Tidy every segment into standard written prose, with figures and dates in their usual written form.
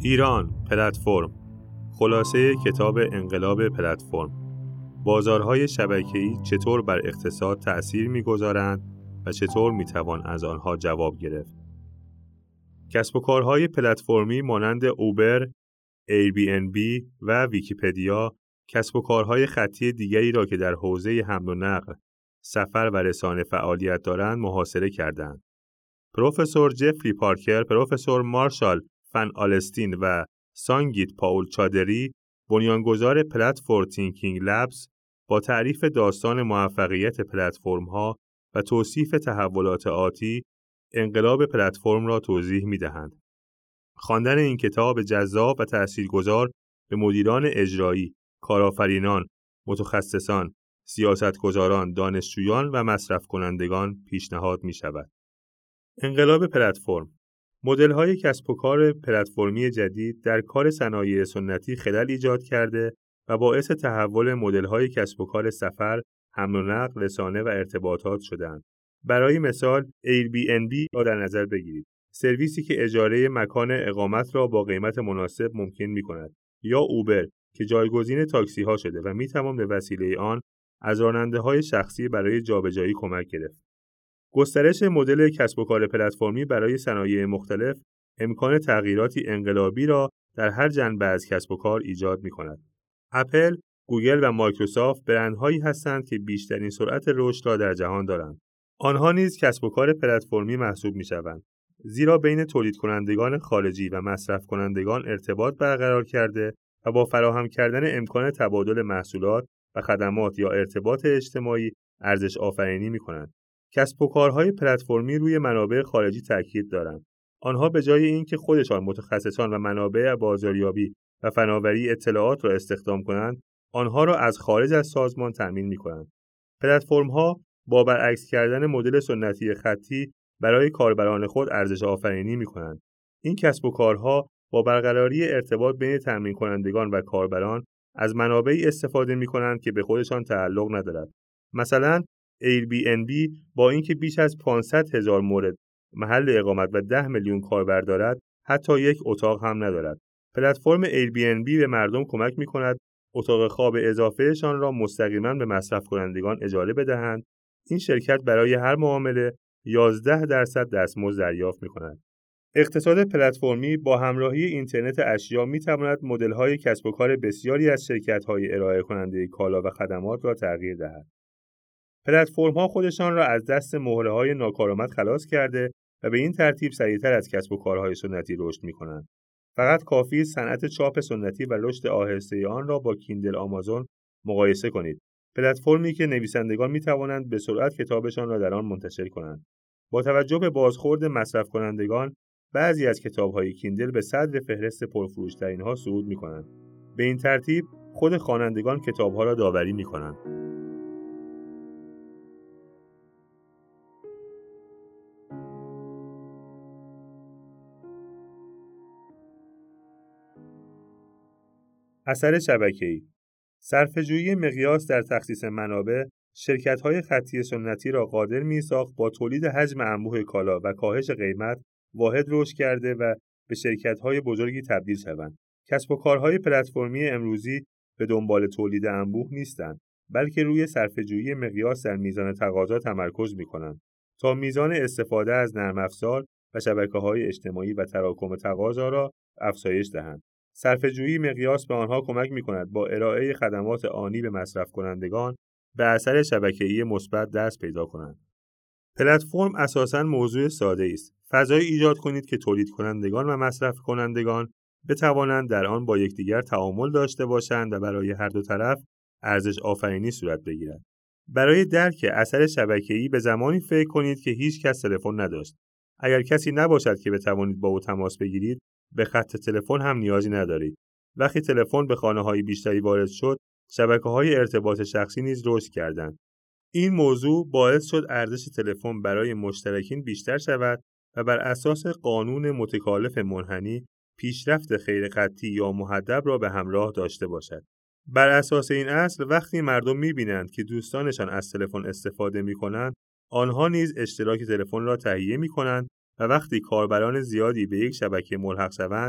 ایران، پلتفرم. خلاصه کتاب انقلاب پلتفرم. بازارهای شبکه‌ای چطور بر اقتصاد تأثیر می‌گذارند و چطور می‌توان از آنها جواب گرفت؟ کسب و کارهای پلتفرمی مانند اوبر، ایربی‌ان‌بی و ویکی‌پدیا کسب و کارهای خطی دیگری را که در حوزه حمل و نقل، سفر و رسانه فعالیت دارند محاصره کردند. پروفسور جفری پارکر، پروفسور مارشال فن آلستین و سانگیت پاول چادری، بنیانگذار پلتفورم تینکینگ لبز، با تعریف داستان موفقیت پلتفرم‌ها و توصیف تحولات آتی، انقلاب پلتفرم را توضیح می‌دهند. خواندن این کتاب جذاب و تأثیرگذار به مدیران اجرایی، کارآفرینان، متخصصان، سیاستگزاران، دانشجویان و مصرف کنندگان پیشنهاد می‌شود. انقلاب پلتفرم. مدل‌های کسب و کار پلتفرمی جدید در کار صنایع سنتی خلل ایجاد کرده و باعث تحول مدل‌های کسب و کار سفر، حمل و نقل، رسانه و ارتباطات شدند. برای مثال، ایربی‌ان‌بی را در نظر بگیرید. سرویسی که اجاره مکان اقامت را با قیمت مناسب ممکن می‌کند، یا اوبر که جایگزین تاکسی‌ها شده و می‌توان به وسیله آن از راننده‌های شخصی برای جابجایی کمک گرفت. گسترش مدل کسب و کار پلتفرمی برای صنایع مختلف امکان تغییراتی انقلابی را در هر جنبه از کسب و کار ایجاد می‌کند. اپل، گوگل و مایکروسافت برندهایی هستند که بیشترین سرعت رشد را در جهان دارند. آنها نیز کسب و کار پلتفرمی محسوب می‌شوند، زیرا بین تولید کنندگان خارجی و مصرف کنندگان ارتباط برقرار کرده و با فراهم کردن امکان تبادل محصولات و خدمات یا ارتباط اجتماعی ارزش آفرینی می‌کنند. کسب و کارهای پلتفرمی روی منابع خارجی تاکید دارند. آنها به جای اینکه خودشان متخصصان و منابع بازاریابی و فناوری اطلاعات را استخدام کنند، آنها را از خارج از سازمان تامین می‌کنند. پلتفرم‌ها با برعکس کردن مدل سنتی خطی برای کاربران خود ارزش آفرینی می‌کنند. این کسب و کارها با برقراری ارتباط بین تامین کنندگان و کاربران از منابعی استفاده می‌کنند که به خودشان تعلق ندارد. مثلا ایربی‌ان‌بی با اینکه بیش از 500,000 مورد محل اقامت و 10 میلیون کاربر دارد، حتی یک اتاق هم ندارد. پلتفرم ایربی‌ان‌بی به مردم کمک می‌کند اتاق خواب اضافه‌شان را مستقیما به مصرف کنندگان اجاره بدهند. این شرکت برای هر معامله 11% دستمزد دریافت می‌کند. اقتصاد پلتفرمی با همراهی اینترنت اشیا می‌تواند مدل‌های کسب و کار بسیاری از شرکت‌های ارائه کننده کالا و خدمات را تغییر دهد. پلتفرم‌ها خودشان را از دست مهره‌های ناکارآمد خلاص کرده و به این ترتیب سریعتر از کسب و کارهای سنتی رشد می‌کنند. فقط کافی است صنعت چاپ سنتی و رشد آهسته آن را با کیندل آمازون مقایسه کنید. پلتفرمی که نویسندگان می‌توانند به سرعت کتابشان را در آن منتشر کنند. با توجه به بازخورد مصرف کنندگان، بعضی از کتاب‌های کیندل به صدر فهرست پرفروش‌ترین‌ها صعود می‌کنند. به این ترتیب خود خوانندگان کتاب‌ها را داوری می‌کنند. اثر شبکه‌ای. صرفه‌جویی مقیاس در تخصیص منابع، شرکت‌های خطی سنتی را قادر می‌ساخت با تولید حجم انبوه کالا و کاهش قیمت واحد رشد کرده و به شرکت‌های بزرگی تبدیل شوند. کسب و کارهای پلتفرمی امروزی به دنبال تولید انبوه نیستند، بلکه روی صرفه‌جویی مقیاس در میزان تقاضا تمرکز می‌کنند تا میزان استفاده از نرم افزار و شبکه‌های اجتماعی و تراکم تقاضا را افزایش دهند. صرفه‌جویی مقیاس به آنها کمک می‌کند با ارائه خدمات آنی به مصرف کنندگان به اثر شبکه‌ای مثبت دست پیدا کنند. پلتفرم اساساً موضوع ساده است. فضایی ایجاد کنید که تولید کنندگان و مصرف کنندگان بتوانند در آن با یکدیگر تعامل داشته باشند و برای هر دو طرف ارزش آفرینی صورت بگیرد. برای درک اثر شبکه‌ای به زمانی فکر کنید که هیچ کس تلفن نداشت. اگر کسی نباشد که بتوانید با او تماس بگیرید، به خط تلفن هم نیازی ندارید. وقتی تلفن به خانه‌های بیشتری وارد شد، شبکه‌های ارتباط شخصی نیز رشد کردند. این موضوع باعث شد ارزش تلفن برای مشترکین بیشتر شود و بر اساس قانون متکالف منحنی پیشرفت غیر خطی یا محدب را به همراه داشته باشد. بر اساس این اصل وقتی مردم می‌بینند که دوستانشان از تلفن استفاده می‌کنند، آنها نیز اشتراک تلفن را تهیه می‌کنند و وقتی کاربران زیادی به یک شبکه ملحق شوند،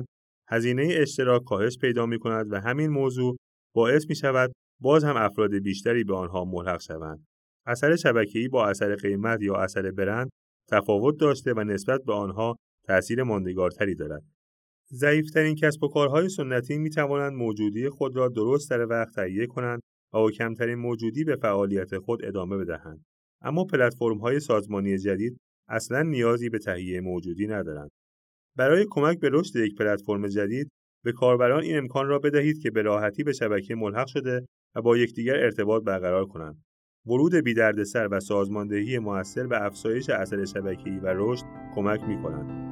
هزینه اشتراک کاهش پیدا می‌کند و همین موضوع باعث می‌شود باز هم افراد بیشتری به آنها ملحق شوند. اثر شبکه‌ای با اثر قیمت یا اثر برند تفاوت داشته و نسبت به آنها تأثیر ماندگارتری دارد. ضعیف‌ترین کسب و کارهای سنتی می‌توانند موجودی خود را درست در وقت تهیه کنند و با کمترین موجودی به فعالیت خود ادامه بدهند. اما پلتفرم‌های سازمانی جدید اصلاً نیازی به تهیه موجودی ندارند. برای کمک به رشد یک پلتفرم جدید، به کاربران این امکان را بدهید که به راحتی به شبکه ملحق شده و با یکدیگر ارتباط برقرار کنند. ورود بی‌دردسر و سازماندهی مؤثر به افزایش اثر شبکه‌ای و رشد کمک می‌کنند.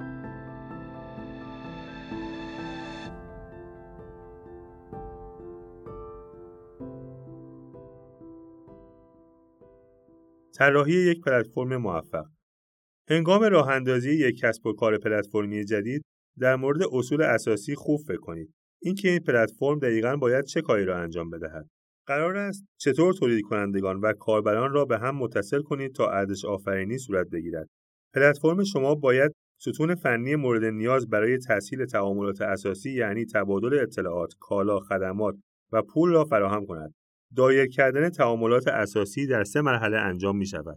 طراحی یک پلتفرم موفق. هنگام راه‌اندازی یک کسب و کار پلتفرمی جدید، در مورد اصول اساسی خوب فکر کنید. اینکه این پلتفرم دقیقاً باید چه کاری را انجام بدهد. قرار است چطور تولید کنندگان و کاربران را به هم متصل کنید تا ارزش آفرینی صورت بگیرد. پلتفرم شما باید ستون فنی مورد نیاز برای تسهیل تعاملات اساسی یعنی تبادل اطلاعات، کالا، خدمات و پول را فراهم کند. دایر کردن تعاملات اساسی در 3 مرحله انجام می شود.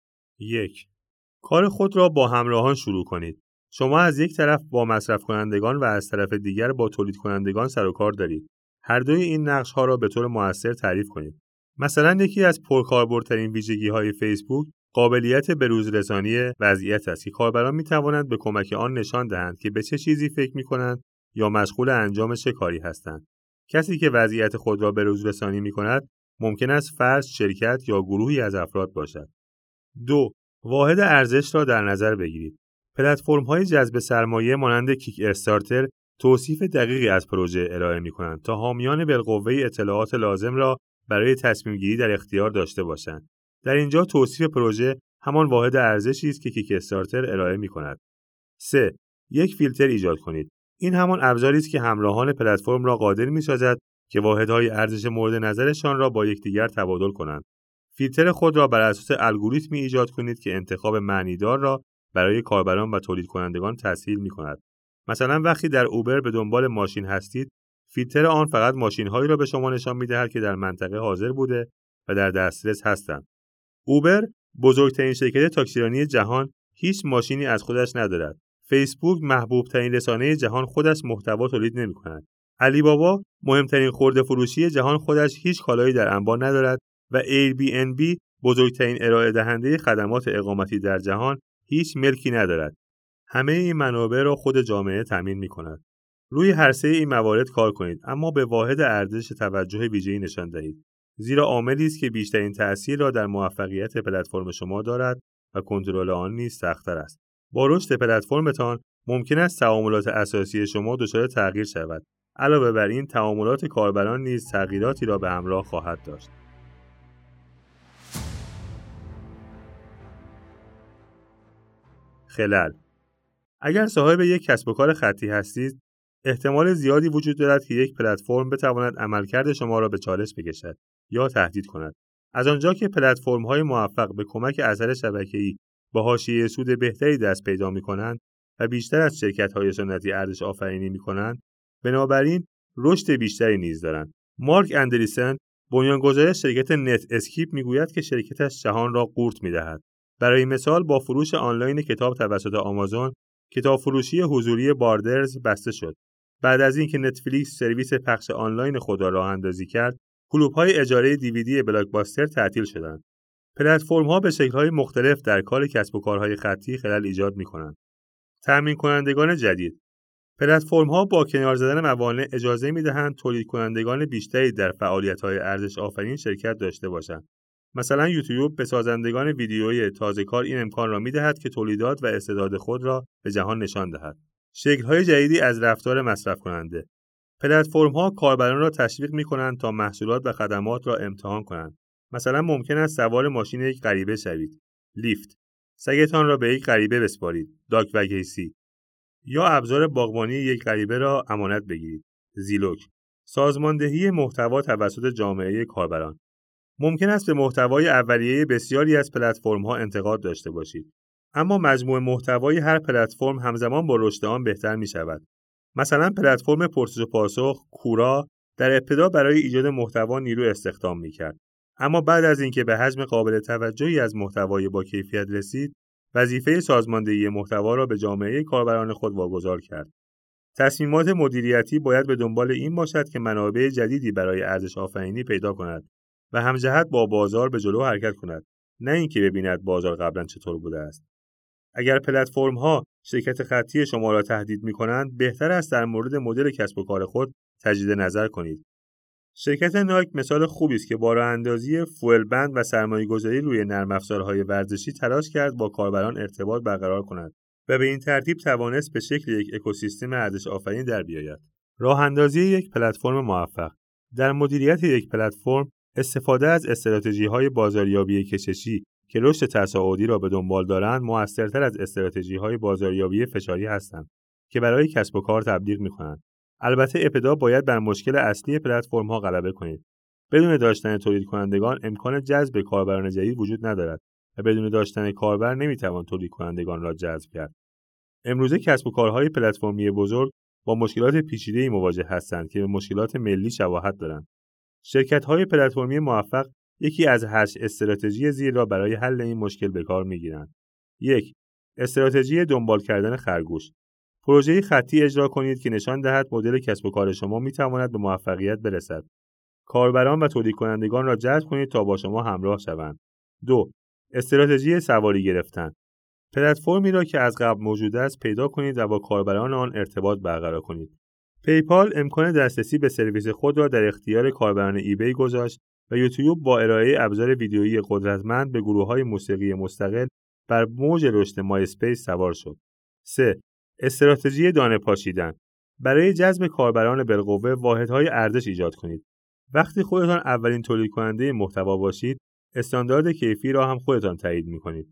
1. کار خود را با همراهان شروع کنید. شما از یک طرف با مصرف کنندگان و از طرف دیگر با تولید کنندگان سر و کار دارید. هر دوی این نقش ها را به طور مؤثر تعریف کنید. مثلا یکی از پرکاربردترین ویژگی های فیسبوک قابلیت بروزرسانی وضعیت است که کاربران می توانند به کمک آن نشان دهند که به چه چیزی فکر می کنند یا مشغول انجام چه کاری هستند. کسی که وضعیت خود را بروزرسانی می کند ممکن است فرد، شرکت یا گروهی از افراد باشد. 2. واحد ارزش را در نظر بگیرید. پلتفرم‌های جذب سرمایه مانند کیک استارتر توصیف دقیقی از پروژه ارائه می‌کنند تا حامیان بالقوه اطلاعات لازم را برای تصمیم‌گیری در اختیار داشته باشند. در اینجا توصیف پروژه همان واحد ارزشی است که کیک استارتر ارائه می‌کند. 3. یک فیلتر ایجاد کنید. این همان ابزاری است که همراهان پلتفرم را قادر می‌سازد که واحدهای ارزش مورد نظرشان را با یکدیگر تبادل کنند. فیلتر خود را بر اساس الگوریتمی ایجاد کنید که انتخاب معنیدار را برای کاربران و تولید کنندگان تسهیل می‌کند. مثلا وقتی در اوبر به دنبال ماشین هستید، فیلتر آن فقط ماشین‌هایی را به شما نشان می‌دهد که در منطقه حاضر بوده و در دسترس هستند. اوبر، بزرگترین شرکت تاکسیرانی جهان، هیچ ماشینی از خودش ندارد. فیسبوک، محبوب‌ترین رسانه جهان، خودش محتوا تولید نمی‌کند. علی بابا، مهمترین خرده فروشی جهان، خودش هیچ کالایی در انبار ندارد و ایربی‌ان‌بی، بزرگترین ارائه دهنده خدمات اقامتی در جهان، هیچ ملکی ندارد. همه این منابع را خود جامعه تامین می‌کند. روی هر سه این موارد کار کنید، اما به واحد ارزش توجه ویژه‌ای نشان دهید، زیرا عاملی است که بیشترین تأثیر را در موفقیت پلتفرم شما دارد و کنترل آن نیز سخت‌تر است. با رشد پلتفرمتان ممکن است تعاملات اساسی شما دچار تغییر شود. علاوه بر این، تعاملات کاربران نیز تغییراتی را به همراه خواهد داشت. خلل. اگر صاحب یک کسب و کار خطی هستید، احتمال زیادی وجود دارد که یک پلتفرم بتواند عملکرد شما را به چالش بکشد یا تهدید کند. از آنجا که پلتفرم‌های موفق به کمک اثر شبکه‌ای با حاشیه سود بهتری دست پیدا می‌کنند و بیشتر از شرکت‌های سنتی ارزش آفرینی می‌کنند، بنابراین رشد بیشتری نیز دارند. مارک اندریسن، بنیانگذار شرکت نت اسکیپ، می‌گوید که شرکتش جهان را قورت می‌دهد. برای مثال، با فروش آنلاین کتاب توسط آمازون، کتاب فروشی حضوری باردرز بسته شد. بعد از اینکه نتفلیکس سرویس پخش آنلاین خود را راه‌اندازی کرد، کلوب‌های اجاره دیویدی بلاکباستر تعطیل شدند. پلتفرم‌ها به شکل‌های مختلف در کار کسب و کارهای خطی خلل ایجاد می‌کنند. تامین کنندگان جدید. پلتفرم‌ها با کنار زدن موانع اجازه می‌دهند تولید کنندگان بیشتری در فعالیت‌های ارزش آفرین شرکت داشته باشند. مثلا یوتیوب به سازندگان ویدیویی تازه‌کار این امکان را می‌دهد که تولیدات و استعداد خود را به جهان نشان دهد. شکل‌های جدیدی از رفتار مصرف کننده. پلتفرم‌ها کاربران را تشویق می‌کنند تا محصولات و خدمات را امتحان کنند. مثلا ممکن است سوار ماشین یک غریبه شوید، لیفت، سگتان را به یک غریبه بسپارید، داگ و گیسی، یا ابزار باغبانی یک غریبه را امانت بگیرید، زیلوک. سازماندهی محتوا توسط جامعه کاربران. ممکن است به محتوای اولیه بسیاری از پلتفرم‌ها انتقاد داشته باشید، اما مجموع محتوای هر پلتفرم همزمان با رشد آن بهتر می‌شود. مثلا پلتفرم پرسش و پاسخ کورا در ابتدا برای ایجاد محتوا نیرو استخدام می‌کرد، اما بعد از اینکه به حجم قابل توجهی از محتوای با کیفیت رسید، وظیفه سازماندهی محتوا را به جامعه کاربران خود واگذار کرد. تصمیمات مدیریتی باید به دنبال این باشد که منابع جدیدی برای ارزش آفرینی پیدا کند و همجهت با بازار به جلو حرکت کند، نه اینکه ببیند بازار قبلا چطور بوده است. اگر پلتفرم‌ها شرکت خطی شما را تهدید می‌کنند، بهتر است در مورد مدل کسب و کار خود تجدید نظر کنید. شرکت نایک مثال خوبی است که با راه‌اندازی فوئل بند و سرمایه‌گذاری روی نرم افزارهای ورزشی تلاش کرد با کاربران ارتباط برقرار کند و به این ترتیب توانست به شکل یک اکوسیستم ارزش آفرین در بیاید. راه‌اندازی یک پلتفرم موفق. در مدیریت یک پلتفرم، استفاده از استراتژی‌های بازاریابی کششی که رشد تصاعدی را به دنبال دارند، موثرتر از استراتژی‌های بازاریابی فشاری هستند که برای کسب و کار تبلیغ می‌کنند. البته ابتدا باید بر مشکل اصلی پلتفرم‌ها غلبه کنید. بدون داشتن تولید کنندگان امکان جذب کاربران جدید وجود ندارد و بدون داشتن کاربر نمی‌توان تولید کنندگان را جذب کرد. امروزه کسب و کارهای پلتفرمی بزرگ با مشکلات پیچیده‌ای مواجه هستند که به مشکلات ملی شباهت دارند. شرکت‌های پلتفرمی موفق یکی از 8 استراتژی زیر را برای حل این مشکل به کار می‌گیرند. 1. استراتژی دنبال کردن خرگوش. پروژه‌ای خطی اجرا کنید که نشان دهد مدل کسب و کار شما می‌تواند به موفقیت برسد. کاربران و تولید کنندگان را جذب کنید تا با شما همراه شوند. 2. استراتژی سواری گرفتن. پلتفرمی را که از قبل موجود است پیدا کنید و با کاربران آن ارتباط برقرار کنید. پیپال امکان دسترسی به سرویس خود را در اختیار کاربران ایبی گذاشت و یوتیوب با ارائه ابزار ویدیویی قدرتمند به گروه‌های موسیقی مستقل بر موج رشد مای‌اسپیس سوار شد. 3. استراتژی دانه پاشیدن. برای جذب کاربران بالقوه واحدهای ارزش ایجاد کنید. وقتی خودتان اولین تولید کننده محتوا باشید، استاندارد کیفی را هم خودتان تعیین می‌کنید.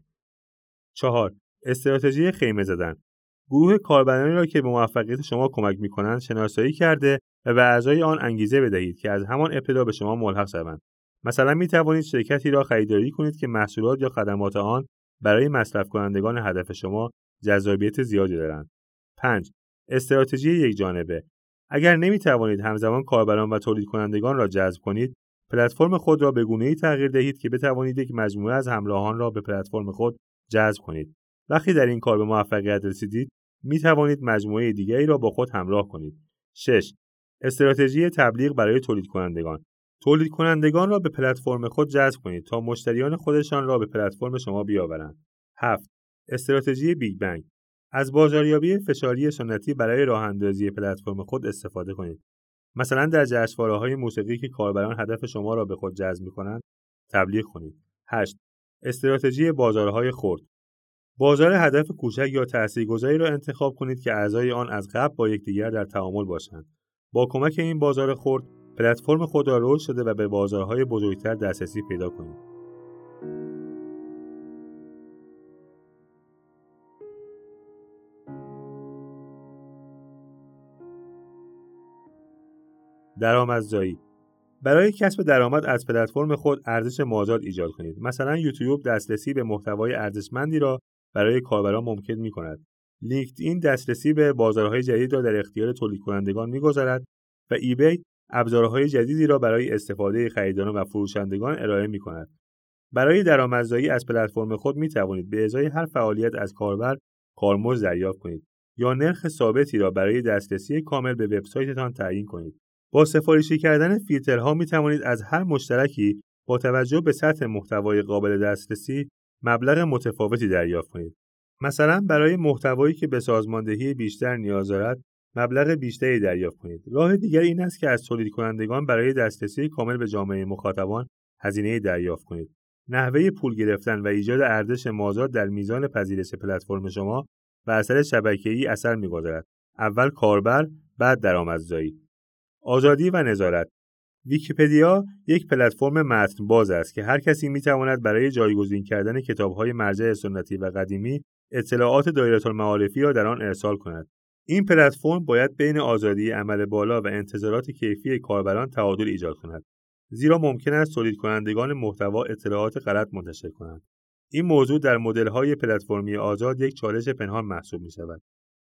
4. استراتژی خیمه زدن. گروه کاربرانی را که به موفقیت شما کمک می‌کنند شناسایی کرده و به اعضای آن انگیزه بدهید که از همان ابتدا به شما ملحق شوند. مثلا می‌توانید شرکتی را خریداری کنید که محصولات یا خدمات آن برای مصرف کنندگان هدف شما جذابیت زیادی دارند. 5. استراتژی یک جانبه. اگر نمی‌توانید همزمان کاربران و تولید کنندگان را جذب کنید، پلتفرم خود را به گونه‌ای تغییر دهید که بتوانید یک مجموعه از همراهان را به پلتفرم خود جذب کنید. وقتی در این کار به موفقیت رسیدید، می‌توانید مجموعه دیگری را با خود همراه کنید. 6. استراتژی تبلیغ برای تولید کنندگان. تولید کنندگان را به پلتفرم خود جذب کنید تا مشتریان خودشان را به پلتفرم شما بیاورند. 7. استراتژی بیگ بنگ. از بازاریابی فشاری سنتی برای راه‌اندازی پلتفرم خود استفاده کنید. مثلا در جشنواره‌های موسیقی که کاربران هدف شما را به خود جذب می‌کنند، تبلیغ کنید. 8. استراتژی بازارهای خرد. بازار هدف کوچک یا تاثیرگذاری را انتخاب کنید که اعضای آن از قبل با یکدیگر در تعامل باشند. با کمک این بازار خرد، پلتفرم خود را رشد داده و به بازارهای بزرگتر دسترسی پیدا کنید. درآمدزایی. برای کسب درآمد از پلتفرم خود ارزش مازاد ایجاد کنید. مثلا یوتیوب دسترسی به محتوای ارزشمندی را برای کاربران ممکن می‌کند. لینکدین دسترسی به بازارهای جدید را در اختیار تولید کنندگان می‌گذارد و ایبی ابزارهای جدیدی را برای استفاده خریداران و فروشندگان ارائه می‌کند. برای درآمدزایی از پلتفرم خود می‌توانید به ازای هر فعالیت از کاربر کارمزد دریافت کنید یا نرخ ثابتی را برای دسترسی کامل به وبسایتتان تعیین کنید. با سفارشی کردن فیلترها می توانید از هر مشترکی با توجه به سطح محتوای قابل دسترسی مبلغ متفاوتی دریافت کنید. مثلا برای محتوایی که به سازماندهی بیشتر نیاز دارد، مبلغ بیشتری دریافت کنید. راه دیگر این است که از تولید کنندگان برای دسترسی کامل به جامعه مخاطبان هزینه دریافت کنید. نحوه پول گرفتن و ایجاد ارزش مازاد در میزان پذیرش پلتفرم شما و اثر شبکه‌ای اثر می‌گذارد. اول کاربر، بعد درآمدزایی. آزادی و نظارت. ویکی‌پدیا یک پلتفرم متن باز است که هر کسی می‌تواند برای جایگزین کردن کتاب‌های مرجع سنتی و قدیمی اطلاعات دایره‌المعارفی را در آن ارسال کند. این پلتفرم باید بین آزادی عمل بالا و انتظارات کیفی کاربران تعادل ایجاد کند، زیرا ممکن است تولید کنندگان محتوا اطلاعات غلط منتشر کنند. این موضوع در مدل‌های پلتفرمی آزاد یک چالش پنهان محسوب می‌شود.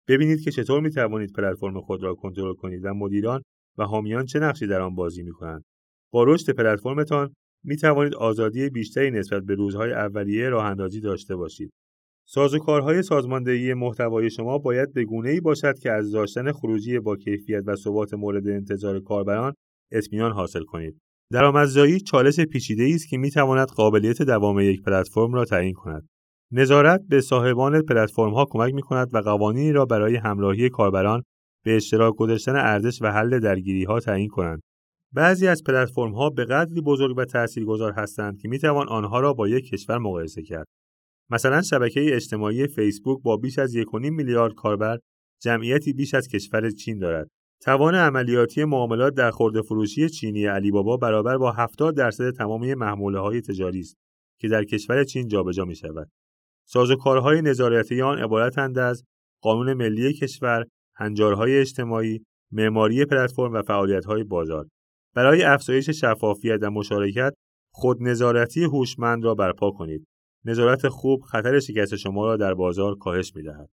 ببینید که چطور می‌توانید پلتفرم خود را کنترل کنید و مدیران و حامیان چه نقشی در آن بازی می‌کنند. با رشد پلتفرمتان می‌توانید آزادی بیشتری نسبت به روزهای اولیه راه‌اندازی داشته باشید. سازوکارهای سازماندهی محتوای شما باید به گونه‌ای باشد که از داشتن خروجی با کیفیت و ثبات مورد انتظار کاربران اطمینان حاصل کنید. درآمدزایی چالش پیچیده‌ای است که می‌تواند قابلیت دوام یک پلتفرم را تعیین کند. نظارت به صاحبان پلتفرم‌ها کمک می‌کند و قوانینی را برای همراهی کاربران به اشتراک گذاشتن ارزش و حل درگیری‌ها تعیین کنند. بعضی از پلتفرم‌ها به قدری بزرگ و تاثیرگذار هستند که می‌توان آنها را با یک کشور مقایسه کرد. مثلا شبکه اجتماعی فیسبوک با بیش از 1.5 میلیارد کاربر جمعیتی بیش از کشور چین دارد. توان عملیاتی معاملات در خرده‌فروشی چینی علی بابا برابر با 70% تمامی محموله‌های تجاری است که در کشور چین جابجا می‌شود. سازوکارهای نظارتی آن عبارتند از قانون ملی کشور، هنجارهای اجتماعی، معماری پلتفرم و فعالیت‌های بازار. برای افزایش شفافیت و مشارکت، خودنظارتی هوشمند را برپا کنید. نظارت خوب خطر شکست شما را در بازار کاهش می‌دهد.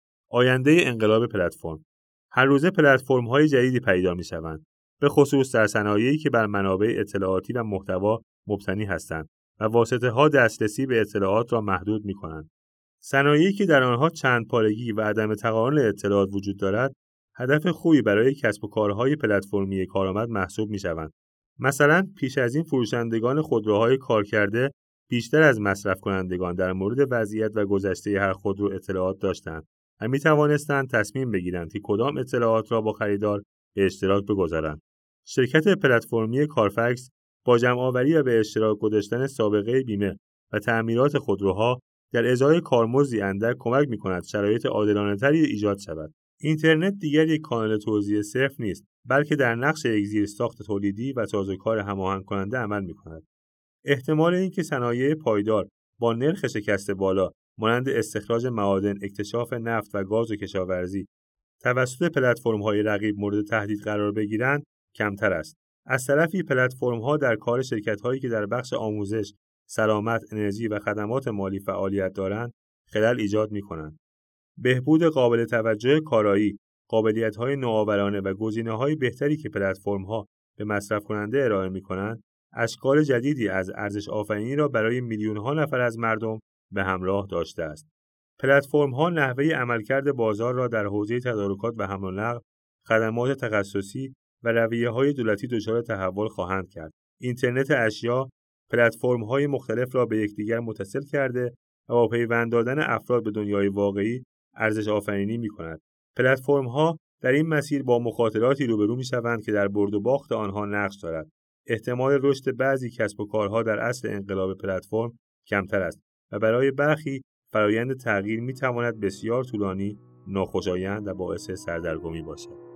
آینده انقلاب پلتفرم. هر روزه پلتفرم‌های جدیدی پیدا می‌شوند، به خصوص در صنایعی که بر منابع اطلاعاتی و محتوا مبتنی هستند و واسطه‌ها دسترسی به اطلاعات را محدود می‌کنند. صنایعی که در آنها چند پارگی و عدم تقارن اطلاعات وجود دارد، هدف خوبی برای کسب و کارهای پلتفرمی کارآمد محسوب می‌شوند. مثلا پیش از این فروشندگان خودروهای کارکرده بیشتر از مصرف کنندگان در مورد وضعیت و گذشته هر خودرو اطلاعات داشتند و می توانستند تصمیم بگیرند که کدام اطلاعات را با خریدار به اشتراک بگذارند. شرکت پلتفرمی کارفکس با جمع‌آوری و به اشتراک گذاشتن سابقه بیمه و تعمیرات خودروها در ازای کارمزدی اندک کمک می‌کند شرایط عادلانه‌تری ایجاد شود. اینترنت دیگر یک کانال توزیع صرف نیست، بلکه در نقش یک زیرساخت تولیدی و سازوکار هماهنگ کننده عمل می‌کند. احتمال اینکه صنایع پایدار با نرخ شکست بالا مانند استخراج معادن، اکتشاف نفت و گاز و کشاورزی توسط پلتفرم‌های رقیب مورد تهدید قرار بگیرند کمتر است. از طرفی پلتفرم‌ها در کار شرکت‌هایی که در بخش آموزش، سلامت، انرژی و خدمات مالی فعالیت دارند خلل ایجاد می‌کنند. بهبود قابل توجه کارایی، قابلیت‌های نوآورانه و گزینه‌های بهتری که پلتفرم‌ها به مصرف کننده ارائه می‌کنند اشکال جدیدی از ارزش آفرینی را برای میلیون‌ها نفر از مردم به همراه داشته است. پلتفرم‌ها نحوه عملکرد بازار را در حوزه تدارکات و حمل و نقل، خدمات تخصصی و رویه‌های دولتی دچار تحول خواهند کرد. اینترنت اشیا پلتفرم‌های مختلف را به یکدیگر متصل کرده و با پیوند دادن افراد به دنیای واقعی ارزش آفرینی می‌کند. پلتفرم‌ها در این مسیر با مخاطراتی روبرو می‌شوند که در برد و باخت آنها نقش دارد. احتمال رشد بعضی کسب و کارها در اصل انقلاب پلتفرم کمتر است و برای برخی فرایند تغییر می‌تواند بسیار طولانی، ناخوشایند و باعث سردرگمی باشد.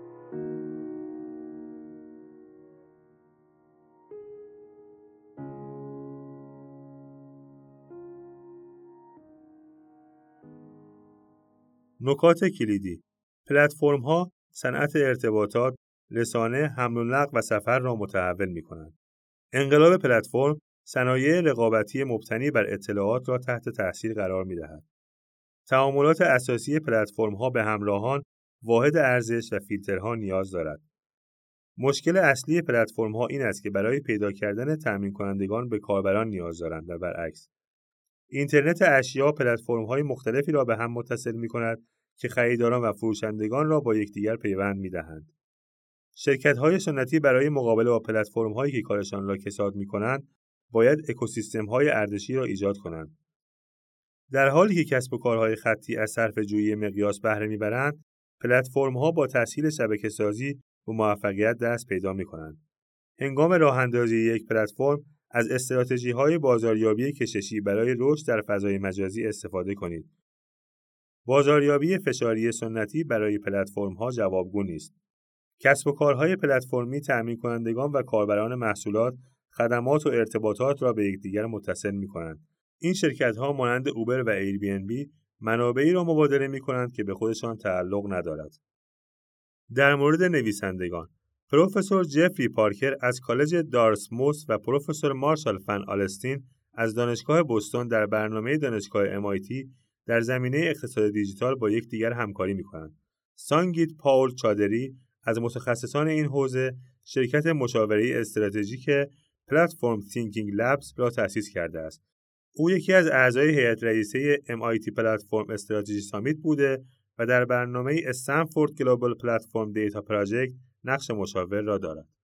نکات کلیدی: پلتفرم‌ها صنعت ارتباطات، رسانه، حمل و نقل و سفر را متحول می‌کنند. انقلاب پلتفرم صنایع رقابتی مبتنی بر اطلاعات را تحت تأثیر قرار می‌دهد. تعاملات اساسی پلتفرم‌ها به همراهان، واحد ارزش و فیلترها نیاز دارد. مشکل اصلی پلتفرم‌ها این است که برای پیدا کردن تامین کنندگان به کاربران نیاز دارند و برعکس. اینترنت اشیا پلتفرم‌های مختلفی را به هم متصل می‌کند که خریداران و فروشندگان را با یکدیگر پیوند می‌دهند. شرکت‌های سنتی برای مقابله با پلتفرم‌هایی که کارشان را کساد می‌کنند، باید اکوسیستم‌های ارزشی را ایجاد کنند. در حالی که کسب و کارهای خطی از صرفه‌جویی مقیاس بهره می‌برند، پلتفرم‌ها با تسهیل شبکه‌سازی به موفقیت دست پیدا می‌کنند. هنگام راه‌اندازی یک پلتفرم، از استراتژی‌های بازاریابی کششی برای رشد در فضای مجازی استفاده کنید. بازاریابی فشاری سنتی برای پلتفرم‌ها جوابگو نیست. کسب و کارهای پلتفرمی تأمین کنندگان و کاربران محصولات، خدمات و ارتباطات را به یکدیگر متصل می‌کنند. این شرکت‌ها مانند اوبر و ایر بی ان بی منابعی را مبادله می‌کنند که به خودشان تعلق ندارد. در مورد نویسندگان، پروفسور جفری پارکر از کالج دارتموث و پروفسور مارشال فن آلستین از دانشگاه بوستون در برنامه دانشگاه MIT در زمینه اقتصاد دیجیتال با یکدیگر همکاری می‌کنند. سانگیت پاول چادری از متخصصان این حوزه شرکت مشاوره‌ای استراتژیک پلتفرم تینکینگ لبز را تأسیس کرده است. او یکی از اعضای هیئت رئیسه MIT پلتفرم استراتژی سامیت بوده و در برنامه استنفورد گلوبال پلتفرم دیتا پراجکت نقش مشاور را دارد.